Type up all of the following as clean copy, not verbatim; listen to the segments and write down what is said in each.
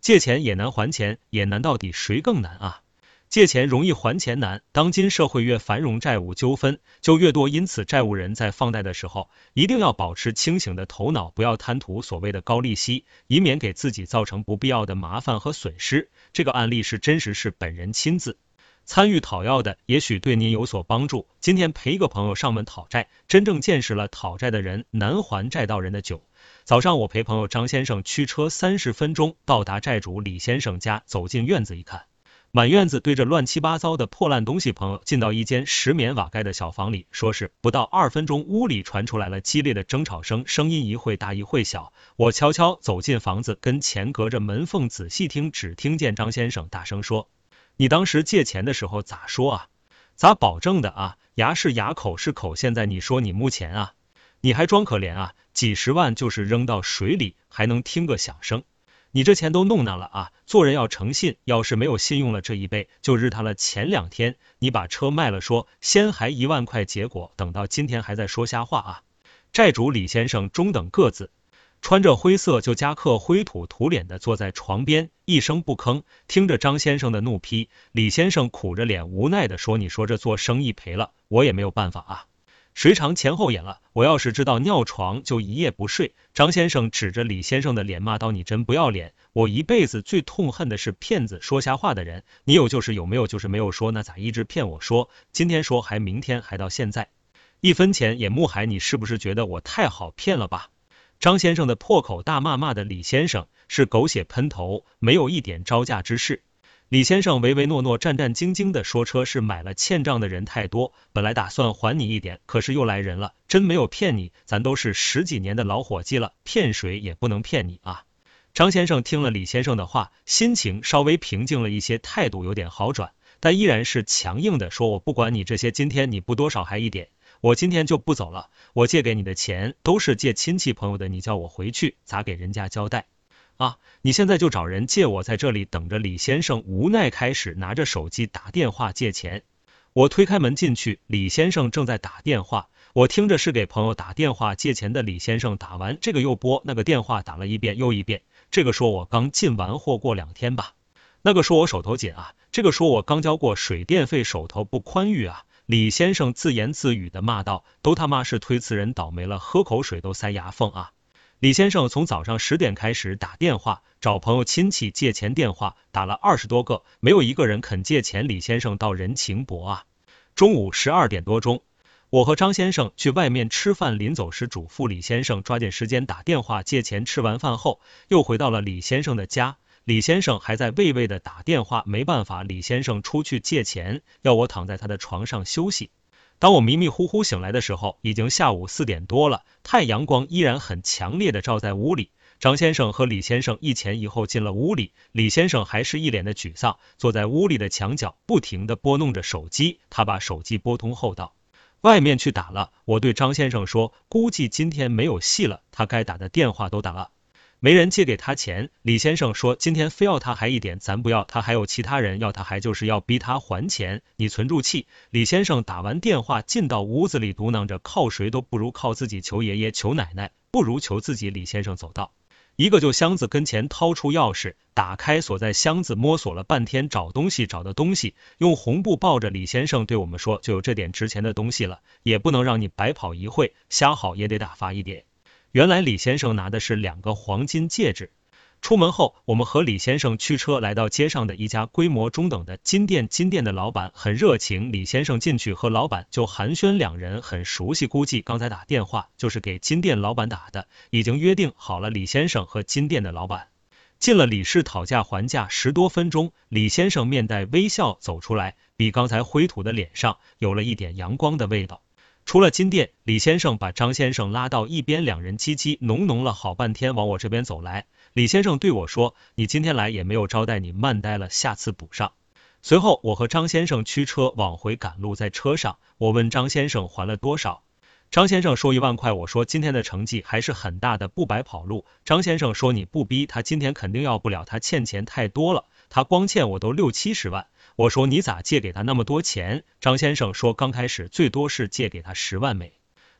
借钱也难还钱也难，到底谁更难啊？借钱容易还钱难，当今社会越繁荣，债务纠纷就越多，因此债务人在放贷的时候一定要保持清醒的头脑，不要贪图所谓的高利息，以免给自己造成不必要的麻烦和损失。这个案例是真实，是本人亲自参与讨要的，也许对您有所帮助。今天陪一个朋友上门讨债，真正见识了讨债的人难还债道人的酒。早上我陪朋友张先生驱车30分钟到达债主李先生家，走进院子一看，满院子堆着乱七八糟的破烂东西。朋友进到一间石棉瓦盖的小房里，说是不到2分钟，屋里传出来了激烈的争吵声，声音一会大一会小。我悄悄走进房子跟前，隔着门缝仔细听，只听见张先生大声说：“你当时借钱的时候咋说啊？咋保证的啊？牙是牙，口是口，现在你说你目前啊，你还装可怜啊？几十万就是扔到水里还能听个响声，你这钱都弄哪了啊？做人要诚信，要是没有信用了，这一辈就日他了。前2天你把车卖了，说先还1万块，结果等到今天还在说瞎话啊！”债主李先生中等个子，穿着灰色旧夹克，灰土土脸的坐在床边，一声不吭，听着张先生的怒批。李先生苦着脸无奈的说：“你说这做生意赔了，我也没有办法啊，谁尝前后眼了，我要是知道尿床就一夜不睡。”张先生指着李先生的脸骂道：“你真不要脸！我一辈子最痛恨的是骗子，说瞎话的人。你有就是有，没有就是没有，说那咋一直骗我说，今天说还明天还到现在1分钱也不还，你是不是觉得我太好骗了吧？”张先生的破口大骂的李先生是狗血喷头，没有一点招架之势。李先生唯唯诺诺战战兢兢的说：“车是买了，欠账的人太多，本来打算还你一点，可是又来人了，真没有骗你，咱都是10几年的老伙计了，骗谁也不能骗你啊。”张先生听了李先生的话，心情稍微平静了一些，态度有点好转，但依然是强硬的说：“我不管你这些，今天你不多少还一点，我今天就不走了。我借给你的钱都是借亲戚朋友的，你叫我回去咋给人家交代啊？你现在就找人借，我在这里等着。”李先生无奈开始拿着手机打电话借钱。我推开门进去，李先生正在打电话，我听着是给朋友打电话借钱的。李先生打完这个又拨那个电话，打了一遍又一遍。这个说我刚进完货过2天吧，那个说我手头紧啊，这个说我刚交过水电费，手头不宽裕啊。李先生自言自语的骂道：“都他妈是推辞人倒霉了，喝口水都塞牙缝啊！”李先生从早上10点开始打电话找朋友亲戚借钱，电话打了20多个，没有一个人肯借钱。李先生到人情薄啊。中午12点多钟，我和张先生去外面吃饭，临走时嘱咐李先生抓紧时间打电话借钱。吃完饭后又回到了李先生的家，李先生还在畏畏的打电话，没办法，李先生出去借钱，要我躺在他的床上休息。当我迷迷糊糊醒来的时候，已经下午4点多了，太阳光依然很强烈的照在屋里。张先生和李先生一前一后进了屋里，李先生还是一脸的沮丧，坐在屋里的墙角，不停的拨弄着手机。他把手机拨通后道：“外面去打了。”我对张先生说：“估计今天没有戏了，他该打的电话都打了，没人借给他钱。”李先生说：“今天非要他还一点，咱不要，他还有其他人要他，还就是要逼他还钱，你存住气。”李先生打完电话进到屋子里，嘟囔着：“靠谁都不如靠自己，求爷爷求奶奶不如求自己。”李先生走到一个旧箱子跟前，掏出钥匙打开锁在箱子，摸索了半天找东西，找的东西用红布包着。李先生对我们说：“就有这点值钱的东西了，也不能让你白跑一会，瞎好也得打发一点。”原来李先生拿的是2个黄金戒指。出门后，我们和李先生驱车来到街上的一家规模中等的金店，金店的老板很热情，李先生进去和老板就寒暄，2人很熟悉，估计刚才打电话就是给金店老板打的，已经约定好了。李先生和金店的老板进了李氏讨价还价10多分钟，李先生面带微笑走出来，比刚才灰土的脸上有了一点阳光的味道。出了金店，李先生把张先生拉到一边，2人叽叽哝哝了好半天，往我这边走来。李先生对我说：“你今天来也没有招待你，慢待了，下次补上。”随后我和张先生驱车往回赶路，在车上我问张先生还了多少，张先生说1万块，我说今天的成绩还是很大的，不白跑路。张先生说：“你不逼他，今天肯定要不了，他欠钱太多了，他光欠我都60、70万。”我说：“你咋借给他那么多钱？”张先生说：“刚开始最多是借给他10万美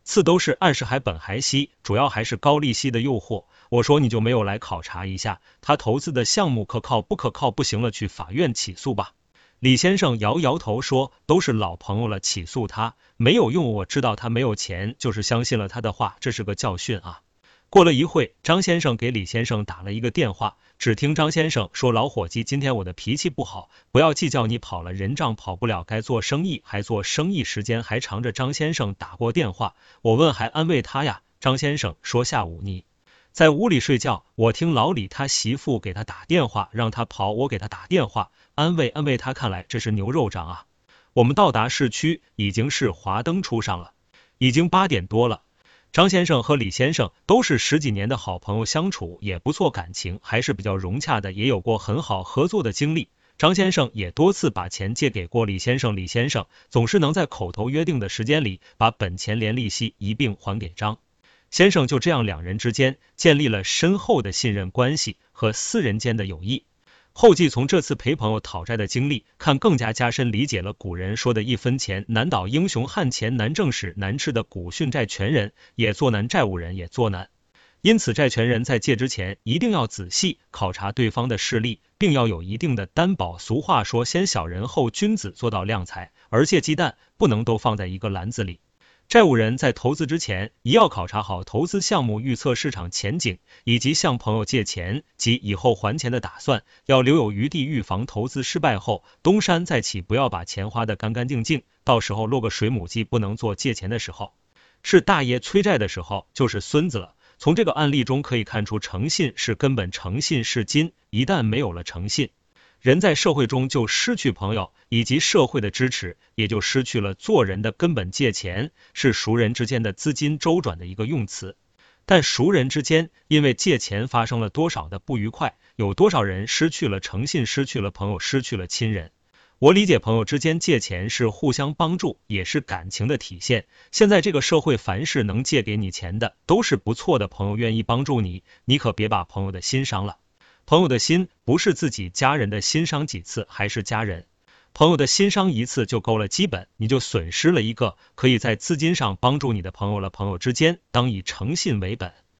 次都是暗示还本还息，主要还是高利息的诱惑。我说你就没有来考察一下他投资的项目可靠不可靠，不行了去法院起诉吧。李先生摇摇头说，都是老朋友了，起诉他没有用，我知道他没有钱，就是相信了他的话，这是个教训啊。过了一会，张先生给李先生打了一个电话，只听张先生说，老伙计，今天我的脾气不好，不要计较，你跑了人账跑不了，该做生意还做生意，时间还长着。张先生打过电话，我问还安慰他呀，张先生说下午你在屋里睡觉，我听老李他媳妇给他打电话，让他跑，我给他打电话安慰他，看来这是牛肉涨啊。我们到达市区，已经是华灯初上了，已经8点多了。张先生和李先生都是10几年的好朋友，相处也不错，感情还是比较融洽的，也有过很好合作的经历。张先生也多次把钱借给过李先生，李先生总是能在口头约定的时间里把本钱连利息一并还给张先生，就这样两人之间建立了深厚的信任关系和私人间的友谊。后继从这次陪朋友讨债的经历看，更加加深理解了古人说的一分钱难倒英雄汉，钱难挣使难吃的古训，债权人也作难，债务人也作难。因此债权人在借之前一定要仔细考察对方的势力，并要有一定的担保。俗话说先小人后君子，做到量才，而借鸡蛋不能都放在一个篮子里。债务人在投资之前也要考察好投资项目，预测市场前景，以及向朋友借钱及以后还钱的打算，要留有余地，预防投资失败后东山再起，不要把钱花得干干净净，到时候落个水母鸡，不能做借钱的时候是大爷，催债的时候就是孙子了。从这个案例中可以看出，诚信是根本，诚信是金，一旦没有了诚信，人在社会中就失去朋友以及社会的支持，也就失去了做人的根本。借钱是熟人之间的资金周转的一个用词，但熟人之间因为借钱发生了多少的不愉快，有多少人失去了诚信，失去了朋友，失去了亲人。我理解朋友之间借钱是互相帮助，也是感情的体现。现在这个社会，凡是能借给你钱的都是不错的朋友，愿意帮助你，你可别把朋友的心伤了。朋友的心不是自己家人的心，伤几次还是家人，朋友的心伤一次就够了，基本你就损失了一个可以在资金上帮助你的朋友了。朋友之间当以诚信为本。